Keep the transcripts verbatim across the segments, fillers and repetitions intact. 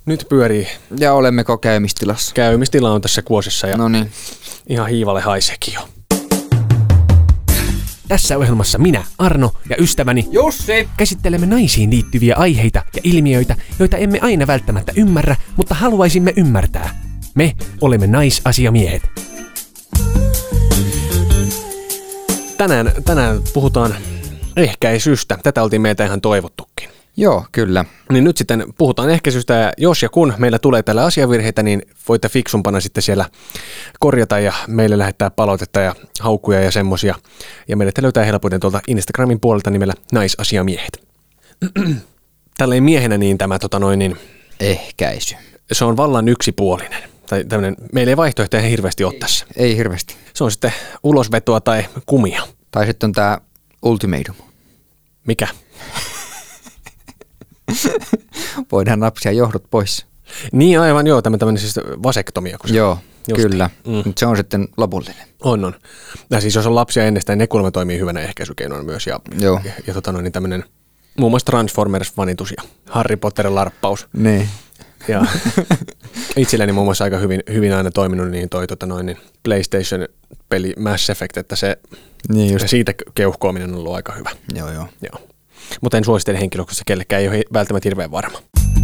Nyt pyörii. Ja olemmeko käymistilassa? Käymistila on tässä kuosissa ja Noniin. Ihan hiivalle haiseekin jo. Tässä ohjelmassa minä, Arno ja ystäväni Jussi käsittelemme naisiin liittyviä aiheita ja ilmiöitä, joita emme aina välttämättä ymmärrä, mutta haluaisimme ymmärtää. Me olemme naisasiamiehet. Tänään, tänään puhutaan ehkäisystä. Tätä oltiin meitä ihan toivottukin. Joo, kyllä. Niin nyt sitten puhutaan ehkäisystä ja jos ja kun meillä tulee tällä asiavirheitä, niin voitte fiksumpana sitten siellä korjata ja meille lähettää palautetta ja haukkuja ja semmosia. Ja meille te löytää helpoiten tuolta Instagramin puolelta nimellä naisasiamiehet. Tälleen miehenä niin tämä tota noin, niin Ehkäisy. se on vallan yksipuolinen. Tai tämmönen, meillä ei vaihtoehtoja hirveästi ole tässä. Ei hirveästi. Se on sitten ulosvetoa tai kumia. Tai sitten on tää ultimatum. Mikä? Voidaan napsia johdot pois. Niin aivan joo, tämä tämmöinen siis vasektomia. Kun se, Joo, just kyllä. Mm. Mutta se on sitten lopullinen. On, on. Ja siis jos on lapsia ennestään, ne kuulemma toimii hyvänä ehkäisykeinona myös. Ja, Joo. ja, ja tota noin, niin tämmöinen muun muassa Transformers-vanitus ja Harry Potterin larppaus. Niin. Ja itselleni muun muassa aika hyvin, hyvin aina toiminut niin toi tota noin, niin PlayStation-peli Mass Effect, että se, Niin just. siitä keuhkoaminen on ollut aika hyvä. Joo, joo. Joo. Mutta en suosittele henkilökohtaisesti kellekään, ei ole välttämättä hirveän varma.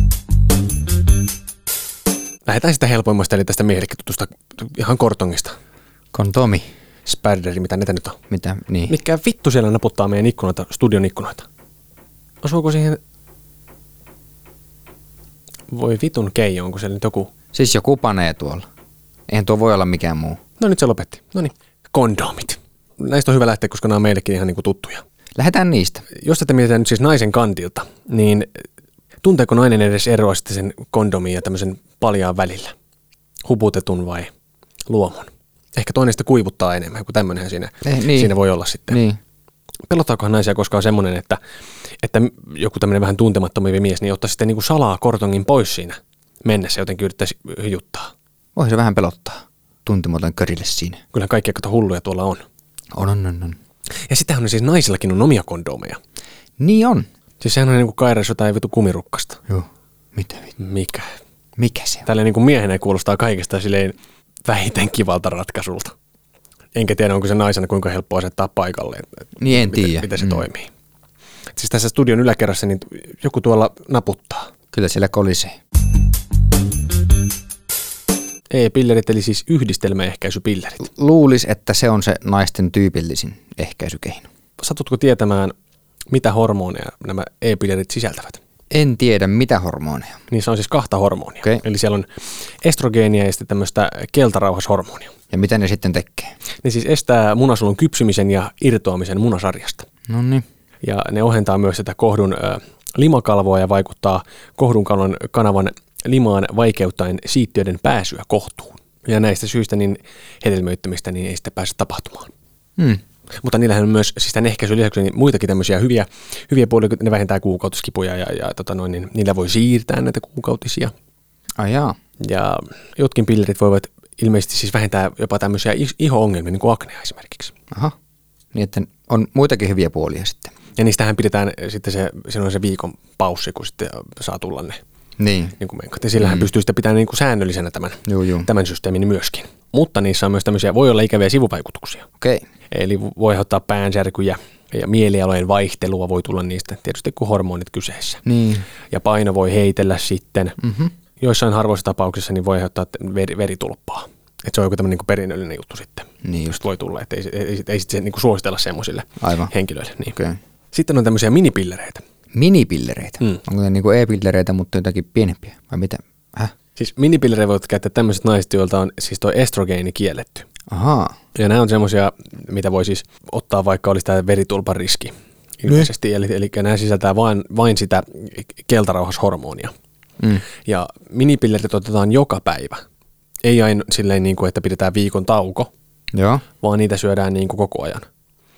Lähdetään sitä helpoimmasta, eli tästä miehillekin tutusta ihan kortongista. Kondomi. Spärderi, mitä näitä nyt on. Mitä? Niin. Mikä vittu siellä naputtaa meidän ikkunoita, studion ikkunoita? Osuuko siihen... Voi vitun keijo, onko siellä nyt joku... Siis joku panee tuolla. Eihän tuo voi olla mikään muu. No nyt se lopetti. No niin. Kondomit. Näistä on hyvä lähteä, koska nämä on meillekin ihan niinku tuttuja. Lähdetään niistä. Jos tätä mietitään nyt siis naisen kantilta, niin tunteeko nainen edes eroa sitten sen kondomin ja tämmöisen paljaan välillä? Huputetun vai luomun? Ehkä toinen sitten kuivuttaa enemmän, kun tämmöinenhän siinä, Eh, niin. siinä voi olla sitten. Niin. Pelottaakohan naisia koskaan semmoinen, että, että joku tämmöinen vähän tuntemattomampi mies, niin ottaa sitten niin kuin salaa kortongin pois siinä mennessä, jotenkin yrittäisi hyjuttaa. Voisi se vähän pelottaa. Tuntematon körille siinä. Kyllä kaikkia kato hulluja tuolla on. On, on, on, on. Ja sitähän on siis naisillakin on omia kondomeja. Niin on. Siis sehän on niin kuin kairas jotain vitu kumirukkasta. Joo. Mitä vittu? Mikä? Mikä se on? Tälleen niin kuin miehenä kuulostaa kaikesta silleen vähiten kivalta ratkaisulta. Enkä tiedä, onko se naisena kuinka helppo asettaa paikalle. Että Niin en miten, tiedä. miten se Mm. toimii. Siis tässä studion yläkerrassa niin joku tuolla naputtaa. Kyllä siellä kolisee. E-pillerit eli siis yhdistelmäehkäisypillerit. Luulis, että se on se naisten tyypillisin ehkäisykeino. Satutko tietämään, mitä hormoneja nämä e-pillerit sisältävät? En tiedä, mitä hormoneja. Niissä on siis kahta hormonia. Okei. Eli siellä on estrogeenia ja sitten tämmöistä keltarauhashormonia. Ja mitä ne sitten tekee? Ne siis estää munasolun kypsymisen ja irtoamisen munasarjasta. No niin. Ja ne ohentaa myös sitä kohdun ö, limakalvoa ja vaikuttaa kohdunkalvon kanavan limaan vaikeuttaen siittiöiden pääsyä kohtuun. Ja näistä syistä niin hedelmöittämistä niin ei sitten pääse tapahtumaan. Hmm. Mutta niillähän on myös siis tämän ehkäisyn lisäksi niin muitakin tämmöisiä hyviä, hyviä puolia, ne vähentää kuukautiskipuja ja, ja tota noin, niin niillä voi siirtää näitä kuukautisia. Ai jaa. Ja jotkin pillerit voivat ilmeisesti siis vähentää jopa tämmöisiä iho-ongelmia, niin kuin aknea esimerkiksi. Aha. Niin, että on muitakin hyviä puolia sitten. Ja niistähän pidetään sitten se, se on se viikon paussi, kun sitten saa tulla ne Niin. niin kuin menkat. Ja sillähän mm. pystyy sitten pitämään niin kuin säännöllisenä tämän, Juu, juu. tämän systeemin myöskin. Mutta niissä on myös tämmöisiä, voi olla ikäviä sivuvaikutuksia. Okei. Eli voi aiheuttaa päänsärkyjä ja mielialojen vaihtelua voi tulla niistä, tietysti kun hormonit kyseessä. Niin. Ja paino voi heitellä sitten. Mhm. Joissain harvoissa tapauksissa niin voi aiheuttaa veri, veritulppaa. Että se on joku tämmöinen niin kuin perinnöllinen juttu sitten. Niin just. Just voi tulla, että ei, ei, ei, ei sitten niin kuin suositella semmoisille Aivan. henkilöille. Niin. Okei. Sitten on tämmöisiä minipillereitä. Minipillereitä. Mm. Onko ne niinku e-pillereitä, mutta jotakin pienempiä? Vai mitä? Häh? Siis minipillereitä voit käyttää tämmöiset naiset, joilta on siis tuo estrogeeni kielletty. Ahaa. Ja nämä on semmoisia, mitä voi siis ottaa, vaikka olisi tämä veritulpan riski ilmeisesti. Eli, eli nämä sisältää vain, vain sitä keltarauhashormonia. Mm. Ja minipillerit otetaan joka päivä. Ei aina silleen, niin kuin, että pidetään viikon tauko, Joo. vaan niitä syödään niin kuin koko ajan.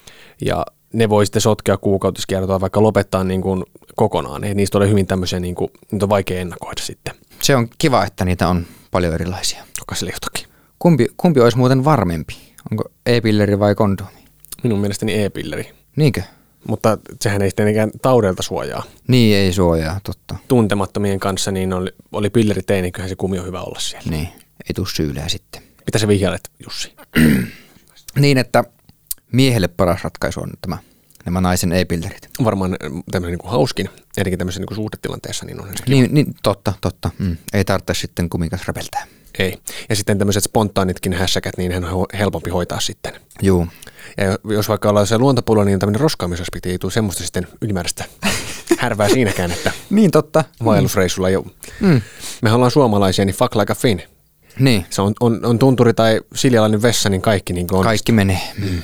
Ja ne voi sitten sotkea kuukautiskiertoa, vaikka lopettaa niin kuin kokonaan. Ei niistä ole hyvin tämmöisiä, niin kuin, niitä on vaikea ennakoida sitten. Se on kiva, että niitä on paljon erilaisia. Jokaiselle jotakin. Kumpi, kumpi olisi muuten varmempi? Onko e-pilleri vai kondomi? Minun mielestäni e-pilleri. Niinkö? Mutta sehän ei tietenkään taudelta suojaa. Niin, ei suojaa, totta. Tuntemattomien kanssa niin oli, oli pilleriteini, niin kyllähän se kumi on hyvä olla siellä. Niin, ei tuu syylää sitten. Mitä sä vihjailet, Jussi? Niin, että miehelle paras ratkaisu on tämä, nämä naisen e-pillerit. Varmaan tämmöinen niin kuin hauskin, erikin tämmöisessä niin kuin suhdetilanteessa, niin on se niin, niin, totta, totta. Mm. Ei tarvitse sitten kumikas räpeltää. Ei. Ja sitten tämmöiset spontaanitkin hässäkät, niin on helpompi hoitaa sitten. Juu. Ja jos vaikka ollaan se luontopuolella, niin tämmöinen roskaamisaspekti ei tule semmoista sitten ylimääräistä härvää siinäkään, että niin totta. vaellusreissulla jo. Mm. Me ollaan suomalaisia, niin fuck like a fin. Niin. Se on, on, on tunturi tai siljalainen vessa, niin kaikki niin on. Kaikki menee. Mm.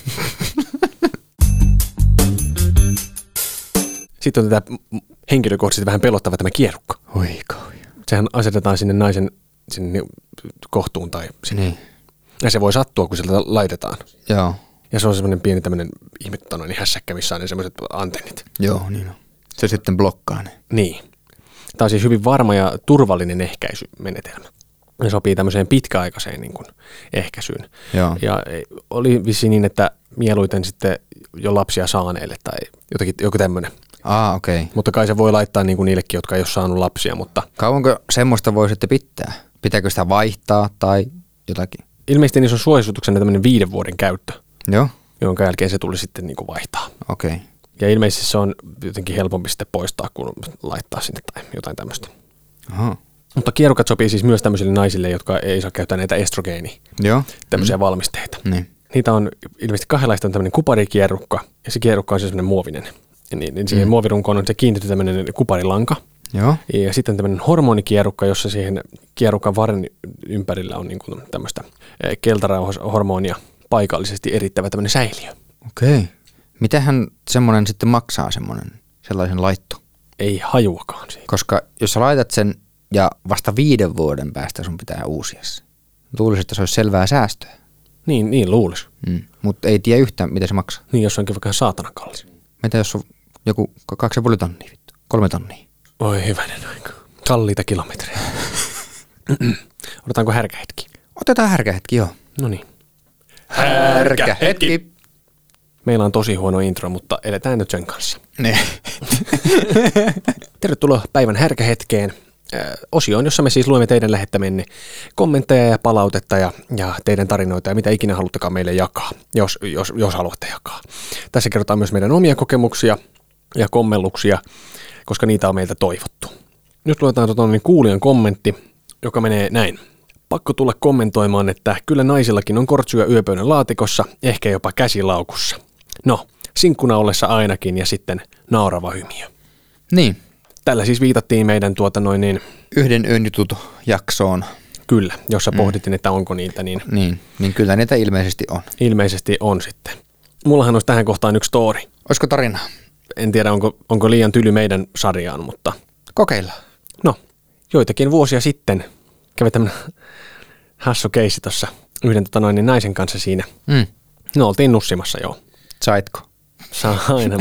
Sitten on tätä henkilökohtaisesti vähän pelottava tämä kierrukka. Oi kauan. Sehän asetetaan sinne naisen sinne kohtuun tai sinne. Niin. Ja se voi sattua, kun sieltä laitetaan. Joo. Ja se on semmoinen pieni tämmöinen ihmettona, niin hässäkkä, missä on ne semmoiset antennit. Joo, niin on. Se sitten blokkaa ne. Niin. Tämä on siis hyvin varma ja turvallinen ehkäisymenetelmä. Ne sopii tämmöiseen pitkäaikaiseen niin kuin ehkäisyyn. Joo. Ja oli vissiin niin, että mieluiten sitten jo lapsia saaneille tai jotakin, joku tämmöinen. Aa, okei. Okay. Mutta kai se voi laittaa niin kuin niillekin, jotka ei ole saanut lapsia, mutta... Kauanko semmoista voi sitten pitää? Pitääkö sitä vaihtaa tai jotakin? Ilmeisesti niissä on suosituksena tämmöinen viiden vuoden käyttö, Joo. jonka jälkeen se tuli sitten niin kuin vaihtaa. Okei. Okay. Ja ilmeisesti se on jotenkin helpompi sitten poistaa, kuin laittaa sinne tai jotain tämmöistä. Aha. Mutta kierukat sopii siis myös tämmöisille naisille, jotka ei saa käyttää näitä estrogeenia, Joo. tämmöisiä mm. valmisteita. Niin. Niitä on ilmeisesti kahdenlaista, on tämmöinen kuparikierrukka, ja se kierrukka on siis semmoinen muovinen. Ja niin, niin siihen mm. muovirunkoon on se kiinnitetty tämmöinen kuparilanka. Joo. Ja sitten tämmöinen hormonikierukka, jossa siihen kierukan varren ympärillä on niin kuin tämmöistä keltarauhashormonia paikallisesti erittävä tämmöinen säiliö. Okei. Okay. Mitähän semmoinen sitten maksaa semmoinen sellaisen laitto? Ei hajuakaan siitä. Koska jos sä laitat sen ja vasta viiden vuoden päästä sun pitää uusia se. Luulisin, että se olisi selvää säästöä. Niin, niin luulisi. Mm. Mutta ei tiedä yhtään, mitä se maksaa. Niin, jos onkin vaikka saatana kallis. Mitä jos on joku kaksi ja puoli tonnia, vittu? Kolme tonnia? Oi hyvänen aika. Kalliita kilometrejä. Odotetaanko härkähetki? Otetaan härkähetki, joo. No niin. Härkähetki. Meillä on tosi huono intro, mutta eletään nyt sen kanssa. Ne. Tervetuloa päivän härkähetkeen. Osioon, jossa me siis luemme teidän lähettämenne kommentteja ja palautetta ja, ja teidän tarinoita ja mitä ikinä haluttakaan meille jakaa, jos, jos, jos haluatte jakaa. Tässä kerrotaan myös meidän omia kokemuksia ja kommelluksia, koska niitä on meiltä toivottu. Nyt luetaan tuota, niin kuulijan kommentti, joka menee näin. Pakko tulla kommentoimaan, että kyllä naisillakin on kortsuja yöpöydän laatikossa, ehkä jopa käsilaukussa. No, sinkkuna ollessa ainakin ja sitten naurava hymiö. Niin. Tällä siis viitattiin meidän tuota noin niin... Yhden yön jutut jaksoon. Kyllä, jossa mm. pohdittiin, että onko niitä niin... Niin, niin kyllä niitä ilmeisesti on. Ilmeisesti on sitten. Mullahan olisi tähän kohtaan yksi story. Olisiko tarinaa? En tiedä, onko, onko liian tyly meidän sarjaan, mutta... Kokeillaan. No, joitakin vuosia sitten kävi tämmöinen hassu keissi tuossa yhden tota noin, niin naisen kanssa siinä. Mm. No, oltiin nussimassa joo. Saitko? Saa aina.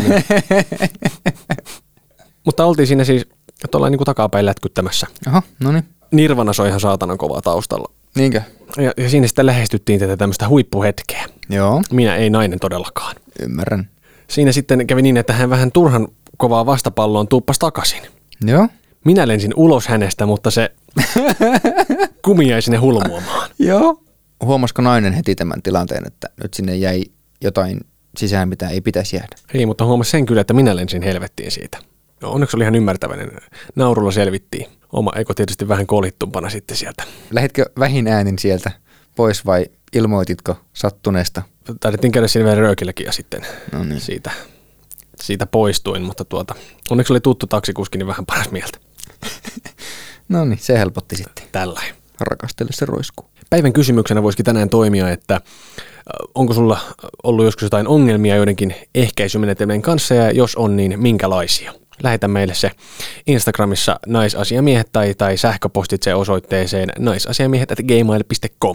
Mutta oltiin siinä siis tuollain niin kuin takapäin lätkyttämässä. Aha, no niin. Nirvana soi ihan saatanan kovaa taustalla. Niinkö? Ja, ja siinä sitten lähestyttiin tätä tämmöistä huippuhetkeä. Joo. Minä ei nainen todellakaan. Ymmärrän. Siinä sitten kävi niin, että hän vähän turhan kovaa vastapalloon tuuppasi takaisin. Joo. Minä lensin ulos hänestä, mutta se kumi jäi sinne hulmuamaan. Joo. Huomasiko nainen heti tämän tilanteen, että nyt sinne jäi jotain sisään, mitä ei pitäisi jäädä? Ei, mutta huomasi sen kyllä, että minä lensin helvettiin siitä. No, onneksi oli ihan ymmärtäväinen. Naurulla selvittiin. Oma eko tietysti vähän kolittumpana sitten sieltä. Lähditkö vähin äänin sieltä pois vai ilmoititko sattuneesta? Taidettiin käydä siinä vielä röökilläkin ja sitten no niin. siitä, siitä poistuin, mutta tuota, onneksi oli tuttu taksikuski, niin vähän paras mieltä. No niin, se helpotti sitten. Tällainen. Rakastele se roiskuu. Päivän kysymyksenä voisikin tänään toimia, että onko sulla ollut joskus jotain ongelmia joidenkin ehkäisymenetelmien kanssa ja jos on, niin minkälaisia? Lähetä meille se Instagramissa naisasiamiehet tai, tai sähköpostitse osoitteeseen naisasiamiehet at gmail piste com.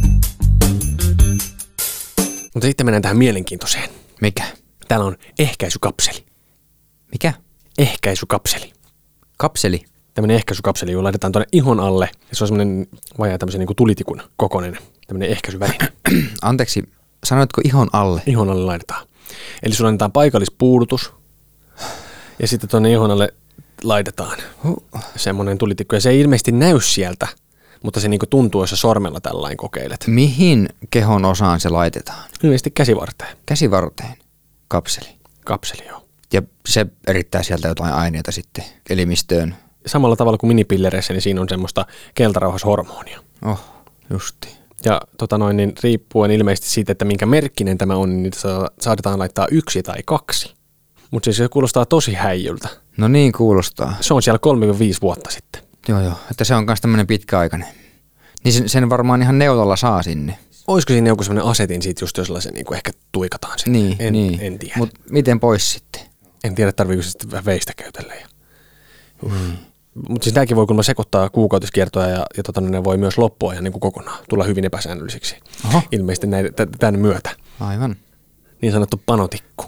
Mutta sitten mennään tähän mielenkiintoiseen. Mikä? Täällä on ehkäisykapseli. Mikä? Ehkäisykapseli. Kapseli? Tämmöinen ehkäisykapseli, joka laitetaan tuonne ihon alle. Ja se on semmoinen vajaa tämmöisen niin kuin tulitikun kokoinen tämmöinen ehkäisyväline. Anteeksi, sanoitko ihon alle? Ihon alle laitetaan. Eli sulla annetaan paikallispuudutus ja sitten tuonne ihon alle laitetaan Huh. semmoinen tulitikku. Ja se ei ilmeisesti näy sieltä, mutta se niinku tuntuu, jos sä sormella tällainen kokeilet. Mihin kehon osaan se laitetaan? Ilmeisesti käsivarteen. Käsivarteen. Kapseli. Kapseli, joo. Ja se erittää sieltä jotain aineita sitten elimistöön. Samalla tavalla kuin minipillereissä, niin siinä on semmoista keltarauhashormonia. Oh, justi. Ja tota noin, niin riippuen ilmeisesti siitä, että minkä merkkinen tämä on, niin niitä saa- saatetaan laittaa yksi tai kaksi. Mutta siis se kuulostaa tosi häijyltä. No niin kuulostaa. Se on siellä kolme viisi vuotta sitten. Joo joo, että se on myös tämmöinen pitkäaikainen. Niin sen, sen varmaan ihan neulalla saa sinne. Olisiko siinä joku semmoinen asetin siitä just, jos se niin ehkä tuikataan sinne? Niin, en, niin. en tiedä. Mutta miten pois sitten? En tiedä, tarviiko se sitten vähän veistä käytellä. Mm. Mutta siis tämäkin voi kuulemma sekoittaa kuukautiskiertoa ja, ja tota, ne voi myös loppua ihan niin kuin kokonaan, tulla hyvin epäsäännöllisiksi. Oho. Ilmeisesti näin, t- tämän myötä. Aivan. Niin sanottu panotikku.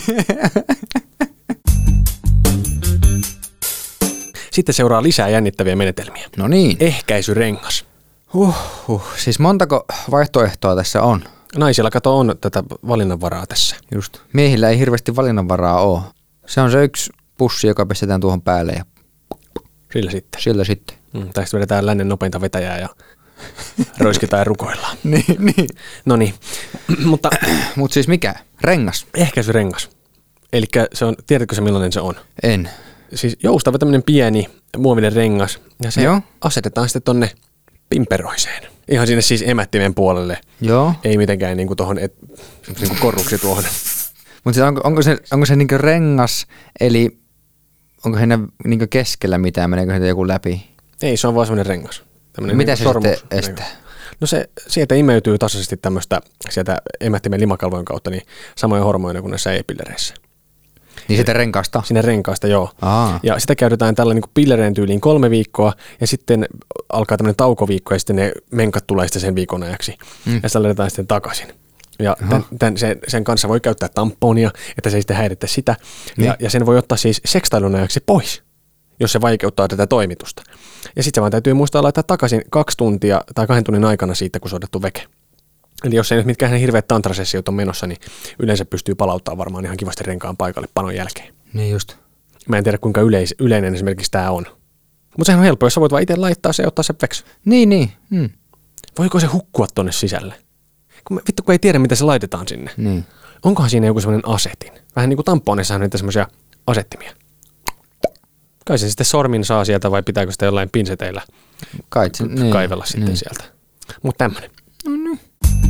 Sitten seuraa lisää jännittäviä menetelmiä. No niin. Ehkäisyrengas. Huh, huh. Siis montako vaihtoehtoa tässä on? Naisilla kato on tätä valinnanvaraa tässä. Just. Miehillä ei hirveästi valinnanvaraa ole. Se on se yksi pussi, joka pistetään tuohon päälle ja Sillä sitten. sillä sitten. Mm, tai sitten vedetään lännen nopeinta vetäjää ja roiskitaan ja rukoillaan. niin, niin. No niin, mutta Mutta siis mikä? Rengas? ehkäisyrengas. Eli se on, tiedätkö se millainen se on? En. Siis joustava tämmöinen pieni muovinen rengas ja se Joo. asetetaan sitten tonne pimperoiseen. Ihan sinne siis emättimen puolelle. Joo. Ei mitenkään niinku tohon et, niinku korruksi tuohon. Mutta siis onko, onko se, onko se niinku rengas, eli onko siinä niinku keskellä mitään, meneekö se joku läpi? Ei, se on vaan semmoinen rengas. Tämmönen Mitä niinku se sitten sormus- estää? No se sieltä imeytyy tasaisesti tämmöistä sieltä emättimen limakalvojen kautta niin samoja hormoneja kuin näissä e-pillereissä. Niin sitä renkaasta? Sinne renkaasta, joo. Aa. Ja sitä käytetään tällä niin pillereen tyyliin kolme viikkoa ja sitten alkaa tämmöinen taukoviikko ja sitten ne menkat tulee sitten sen viikon ajaksi. Mm. Ja sitä laitetaan sitten takaisin. Ja tämän, tämän, sen, sen kanssa voi käyttää tamponia, että se ei sitten häirittä sitä. Niin. Ja, ja sen voi ottaa siis sekstailun ajaksi pois, jos se vaikeuttaa tätä toimitusta. Ja sitten se vaan täytyy muistaa laittaa takaisin kaksi tuntia tai kahden tunnin aikana siitä, kun se on otettu veke. Eli jos ei nyt mitkään hirveät tantrasessiot on menossa, niin yleensä pystyy palauttamaan varmaan ihan kivasti renkaan paikalle panon jälkeen. Niin just. Mä en tiedä, kuinka yleis- yleinen esimerkiksi tämä on. Mutta sehän on helppo, jos sä voit vaan itse laittaa se ja ottaa se veksi. Niin, niin. Mm. Voiko se hukkua tonne sisälle? Kun me, vittu, kun ei tiedä, mitä se laitetaan sinne. Niin. Onkohan siinä joku semmoinen asetin? Vähän niin kuin tamponeissahan on niitä semmoisia asettimia. Kai se sitten sormin saa sieltä vai pitääkö sitä jollain pinseteillä Kai se, niin. kaivella sitten niin. sieltä. Mutta tämmöinen. No niin.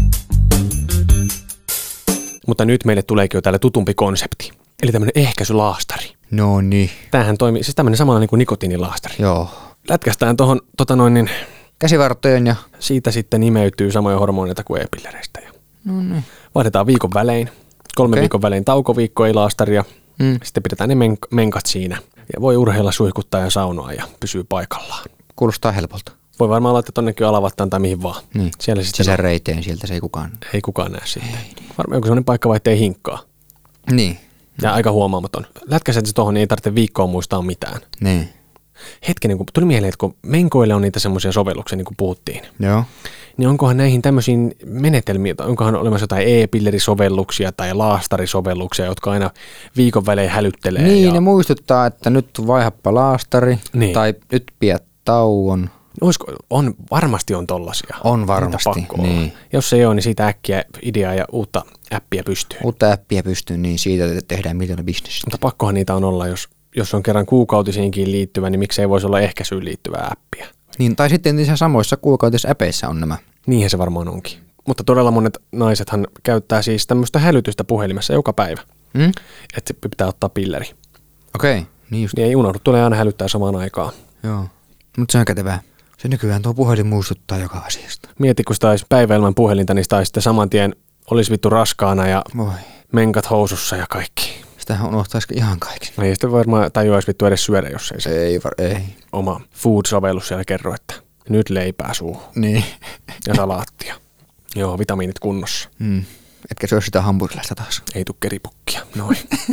Mutta nyt meille tuleekin jo täällä tutumpi konsepti. Eli tämmöinen ehkäisylaastari. No niin. Tämähän toimii, siis tämmöinen samalla niin kuin nikotiinilaastari. Joo. Lätkästään tuohon, tota noin, niin Käsivartojen ja... siitä sitten imeytyy samoja hormoneita kuin e-pillereistä. Ja No niin. vaihdetaan viikon välein. Kolme Okei. viikon välein taukoviikko, ei laastaria. Mm. Sitten pidetään ne menk- menkat siinä. Ja voi urheilla, suihkuttaa ja saunoa ja pysyy paikallaan. Kuulostaa helpolta. Voi varmaan laittaa tonnekin alavattaan tai mihin vaan. Niin. Siellä sitten Sisäreiteen sieltä se ei kukaan. ei kukaan näe sitten. Varmaan joku sellainen paikka, vai ettei hinkkaa. Niin. Ja aika huomaamaton. Lätkäset se tohon, niin ei tarvitse viikkoa muistaa mitään. Niin. Hetkinen, kun tuli mieleen, että kun menkoille on niitä semmoisia sovelluksia, niin kuin puhuttiin, Joo. niin onkohan näihin tämmöisiin menetelmiin, onkohan olemassa jotain e-pillerisovelluksia tai laastarisovelluksia, jotka aina viikon välein hälyttelee. Niin, ja ne muistuttaa, että nyt vaihappa laastari Niin. tai nyt pidät tauon. Olisiko, on, varmasti on tollasia. On Niitä varmasti, pakko olla. niin. Jos ei ole, niin siitä äkkiä ideaa ja uutta appia pystyy. Uutta appia pystyy, niin siitä tehdään miljoona bisnestä. Mutta pakkohan niitä on olla, jos, jos on kerran kuukautisiinkin liittyvä, niin miksei voisi olla ehkäisyyn liittyvää appia. Niin, tai sitten niissä samoissa kuukautisäpeissä on nämä. Niinhän se varmaan onkin. Mutta todella monet naisethan käyttää siis tämmöistä hälytystä puhelimessa joka päivä, Mm? että pitää ottaa pilleri. Okei, niin just. Niin ei unohdu, tulee aina hälyttää samaan aikaan. Joo. Mutta se on kätevää. Se nykyään tuo puhelin muistuttaa joka asiasta. Mieti, kun sitä olisi päivä ilman puhelinta, niin sitä olisi sitten saman tien olisi vittu raskaana ja Voi. menkat housussa ja kaikki. Sitähän unohtaisiko ihan kaikki. Ei sitten varmaan tajuaisi vittu edes syödä, jos ei se Ei, var- ei. oma food-sovellus siellä kerro, että nyt leipää suuhun Niin. ja salaattia. Joo, vitamiinit kunnossa. Mm. Etkä syö sitä hampurilaista taas. Ei tuu keripukkia. Noin.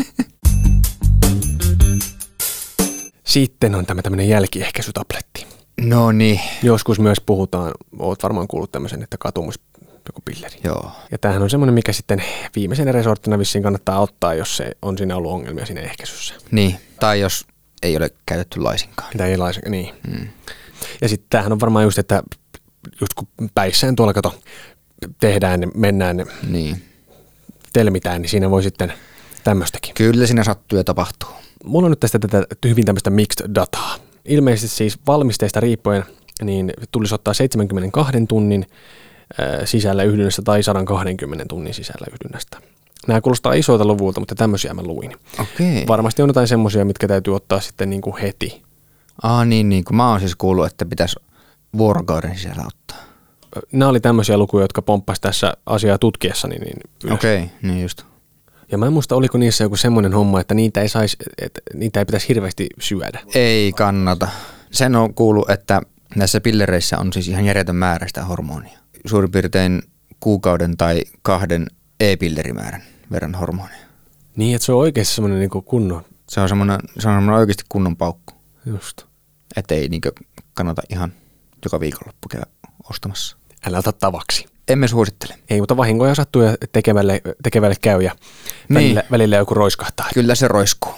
Sitten on tämä tämmöinen jälkiehkäisytabletti. No niin. Joskus myös puhutaan, oot varmaan kuullut tämmöisen, että katumus, joku pilleri. Joo. Ja tämähän on semmoinen, mikä sitten viimeisenä resorttina vissiin kannattaa ottaa, jos se on siinä ollut ongelmia siinä ehkäisyssä. Niin, tai jos ei ole käytetty laisinkaan. Tai ei laisinkaan, niin. Mm. Ja sitten tämähän on varmaan just, että just kun päissään tuolla kato tehdään, mennään, Niin. telmitään, niin siinä voi sitten tämmöistäkin. Kyllä siinä sattuu ja tapahtuu. Mulla on nyt tästä tätä hyvin tämmöistä mixed dataa. Ilmeisesti siis valmisteista riippuen niin tulisi ottaa seitsemänkymmentäkaksi tunnin sisällä yhdynnästä tai sata kaksikymmentä tunnin sisällä yhdynnästä. Nämä kuulostaa isoilta luvulta, mutta tämmöisiä mä luin. Okei. Varmasti on jotain semmoisia, mitkä täytyy ottaa sitten niin kuin heti. Ah niin, niin kun mä oon siis kuullut, että pitäisi vuorokauden sisällä ottaa. Nämä oli tämmöisiä lukuja, jotka pomppasi tässä asiaa tutkiessani. Niin ylös. Okei, niin just. Ja mä en muista, oliko niissä joku semmoinen homma, että niitä ei, sais, että niitä ei pitäisi hirveästi syödä. Ei kannata. Sen on kuullut, että näissä pillereissä on siis ihan järjetön määrä sitä hormonia. Suurin piirtein kuukauden tai kahden e-pillerimäärän verran hormonia. Niin, että se on oikeasti semmoinen niin kuin kunnon. Se on semmoinen, se on semmoinen oikeasti kunnon paukku. Just. Että ei niinkö kannata ihan joka viikonloppu käydä ostamassa. Älä ota tavaksi. Emme suosittele. Ei, mutta vahinkoja sattuu ja tekevälle, tekevälle käy ja välillä, Niin. välillä joku roiskahtaa. Kyllä se roiskuu.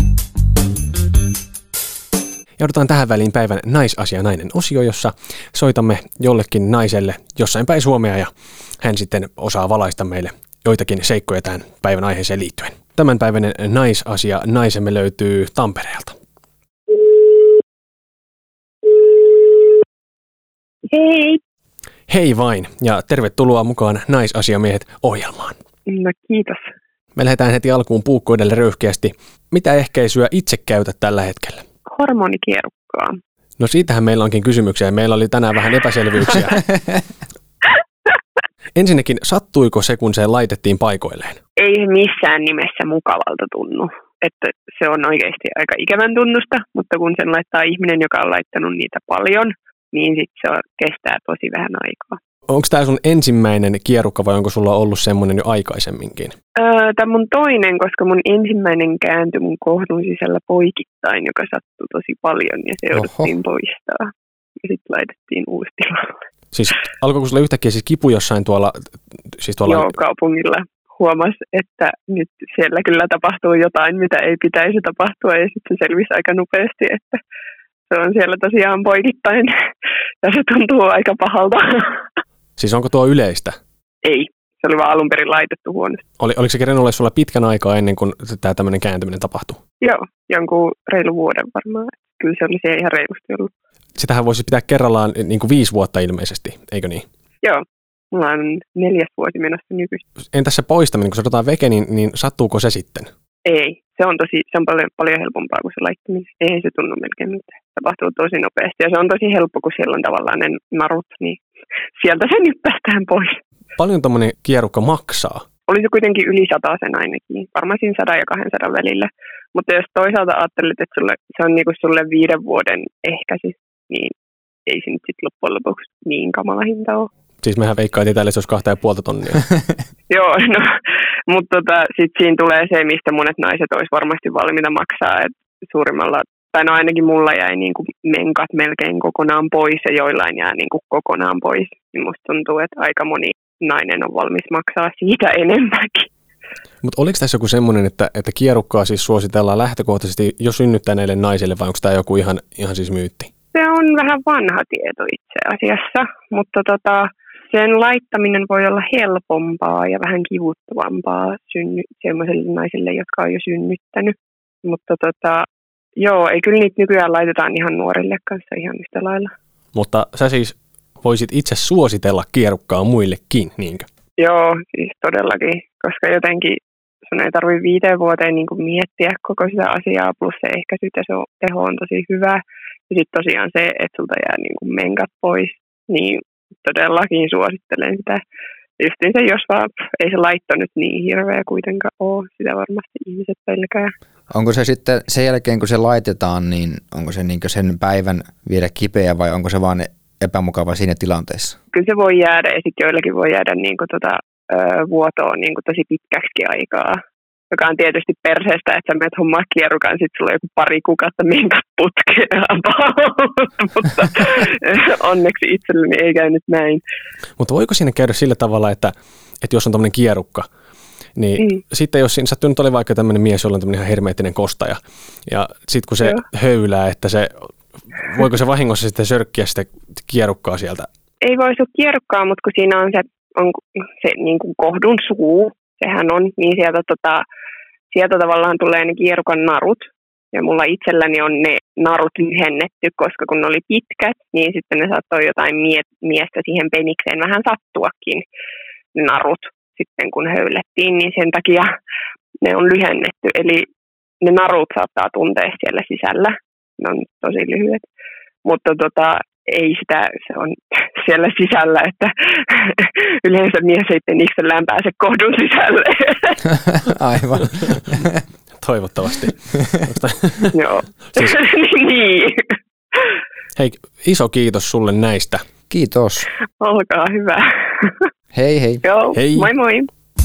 Ja odotetaan tähän väliin päivän naisasia nainen osio, jossa soitamme jollekin naiselle jossain päin Suomea ja hän sitten osaa valaista meille joitakin seikkoja tähän päivän aiheeseen liittyen. Tämänpäiväinen naisasia naisemme löytyy Tampereelta. Hei. Hei vain ja tervetuloa mukaan Naisasiamiehet ohjelmaan. No kiitos. Me lähdetään heti alkuun puukkoidelle röyhkeästi. Mitä ehkäisyä itse käytät tällä hetkellä? Hormonikierukkaa. No siitähän meillä onkin kysymyksiä. Meillä oli tänään vähän epäselvyyksiä. Ensinnäkin, sattuiko se, kun se laitettiin paikoilleen? Ei missään nimessä mukavalta tunnu. Että se on oikeasti aika ikävän tunnusta, mutta kun sen laittaa ihminen, joka on laittanut niitä paljon, niin sitten se kestää tosi vähän aikaa. Onko tämä sun ensimmäinen kierukka vai onko sulla ollut semmoinen jo aikaisemminkin? Öö, tämä mun toinen, koska mun ensimmäinen kääntyi mun kohdun sisällä poikittain, joka sattui tosi paljon ja se jouduttiin poistaa. Ja sitten laitettiin uusi tilalle. Siis alkoiko sulla yhtäkkiä siis kipu jossain tuolla? Siis tuolla... Joo, kaupungilla huomasi, että nyt siellä kyllä tapahtuu jotain, mitä ei pitäisi tapahtua ja sitten se selvisi aika nopeasti, että se on siellä tosiaan poikittain ja se tuntuu aika pahalta. Siis onko tuo yleistä? Ei, se oli vaan alun perin laitettu huonosti. Oli, oliko se kerennyt olla sulla pitkän aikaa ennen kuin tämä tämmöinen kääntyminen tapahtui? Joo, jonkun reilu vuoden varmaan. Kyllä se oli se ihan reilusti ollut. Sitähän voisi pitää kerrallaan niin kuin viisi vuotta ilmeisesti, eikö niin? Joo, mulla on neljäs vuosi menossa nykyisin. Entäs se poistaminen, kun se otetaan veke, niin, niin sattuuko se sitten? Ei, se on, tosi, se on paljon, paljon helpompaa kuin se laittaminen. Ei se tunnu melkein mitään. Se tapahtuu tosi nopeasti ja se on tosi helppo, kun siellä on tavallaan ne narut, niin sieltä se nyt päästään pois. Paljon tommoinen kierukka maksaa? Oli se kuitenkin yli sen ainakin, varmaan siinä sadan ja kahdensadan välillä. Mutta jos toisaalta ajattelet, että sulle, se on niinku sulle viiden vuoden ehkäisy, niin ei se nyt sitten loppujen lopuksi niin kamala hinta ole. Siis mehän veikkaatiin täällä, se olisi kahta ja puolta tonnia. Joo, no, mutta tota, sitten siinä tulee se, mistä monet naiset olisi varmasti valmiita maksaa, että suurimmalla, tai no ainakin mulla jäi niinku menkat melkein kokonaan pois ja joillain jää niinku kokonaan pois. Niin musta tuntuu, että aika moni nainen on valmis maksaa siitä enemmänkin. Mutta oliko tässä joku semmoinen, että, että kierukkaa siis suositellaan lähtökohtaisesti jo synnyttäneille naisille, vai onko tämä joku ihan, ihan siis myytti? Se on vähän vanha tieto itse asiassa, mutta tota, sen laittaminen voi olla helpompaa ja vähän kivuttavampaa synny- sellaisille naisille, jotka on jo synnyttänyt. Mutta tota, joo, ei kyllä niitä nykyään laitetaan ihan nuorille kanssa ihan yhtä lailla. Mutta sä siis voisit itse suositella kierukkaa muillekin, niinkö? Joo, siis todellakin, koska jotenkin sun ei tarvitse viiteen vuoteen niin kuin miettiä koko sitä asiaa, plus se ehkäisy teho on tosi hyvä. Ja sitten tosiaan se, että sulta jää niin kuin menkat pois, niin todellakin suosittelen sitä. Justiin se, jos vaan ei se laitto nyt niin hirveä kuitenkaan ole, sitä varmasti ihmiset pelkää. Onko se sitten sen jälkeen, kun se laitetaan, niin onko se niin sen päivän vielä kipeä vai onko se vaan epämukava siinä tilanteessa? Kyllä se voi jäädä ja sitten joillakin voi jäädä niin kuin tota, ö, vuotoon niin kuin tosi pitkäksi aikaa. joka on tietysti perseestä, että sä menet hommaa kierukan, sit sulla on joku pari kuukautta menkat putkeen, mutta onneksi itselleni ei käynyt näin. Mutta voiko siinä käydä sillä tavalla, että, että jos on tämmöinen kierukka, niin mm. sitten jos siinä sattuu nyt oli vaikka tämmöinen mies, jolla on tämmöinen ihan hermeettinen kostaja, ja sitten kun se Joo. höylää, että se, voiko se vahingossa sitten sörkkiä sitä kierukkaa sieltä? Ei voi olla kierukkaa, mutta kun siinä on se, on se niin kuin kohdun suu, sehän on, niin sieltä, tota, sieltä tavallaan tulee ne kierukan narut, ja mulla itselläni on ne narut lyhennetty, koska kun ne oli pitkät, niin sitten ne saattoi jotain mie- miestä siihen penikseen vähän sattuakin, ne narut. Sitten kun höylettiin, niin sen takia ne on lyhennetty. Eli ne narut saattaa tuntea siellä sisällä. Ne on tosi lyhyet. Mutta tota, ei sitä, se on siellä sisällä, että yleensä mies ei peniksellään pääse kohdun sisälle. Aivan. Toivottavasti. Joo. Siis... niin. Hei, iso kiitos sulle näistä. Kiitos. Olkaa hyvä. Hei hei. Joo, hei. Moi moi.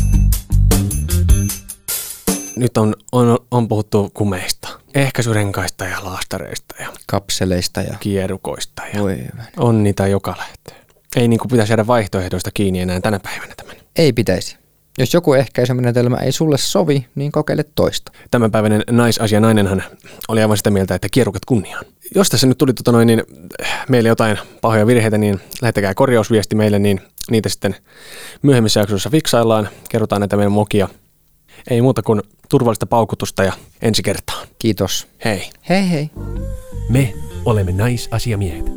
Nyt on, on, on puhuttu kumeista, ehkäisyrenkaista ja laastareista ja kapseleista ja kierukoista. Ja Voi on niitä joka lähtöön. Ei niin kuin pitäisi jäädä vaihtoehdoista kiinni enää tänä päivänä tämän. Ei pitäisi. Jos joku ehkäisymenetelmä ei sulle sovi, niin kokeile toista. Tämänpäiväinen naisasia nainenhan oli aivan sitä mieltä, että kierukat kunniaan. Jos tässä nyt tuli tota noin, niin meille jotain pahoja virheitä, niin lähettäkää korjausviesti meille, niin niitä sitten myöhemmissä jaksoissa fiksaillaan. Kerrotaan näitä meidän mokia. Ei muuta kuin turvallista paukutusta ja ensi kertaan. Kiitos. Hei. Hei hei. Me olemme naisasiamiehet.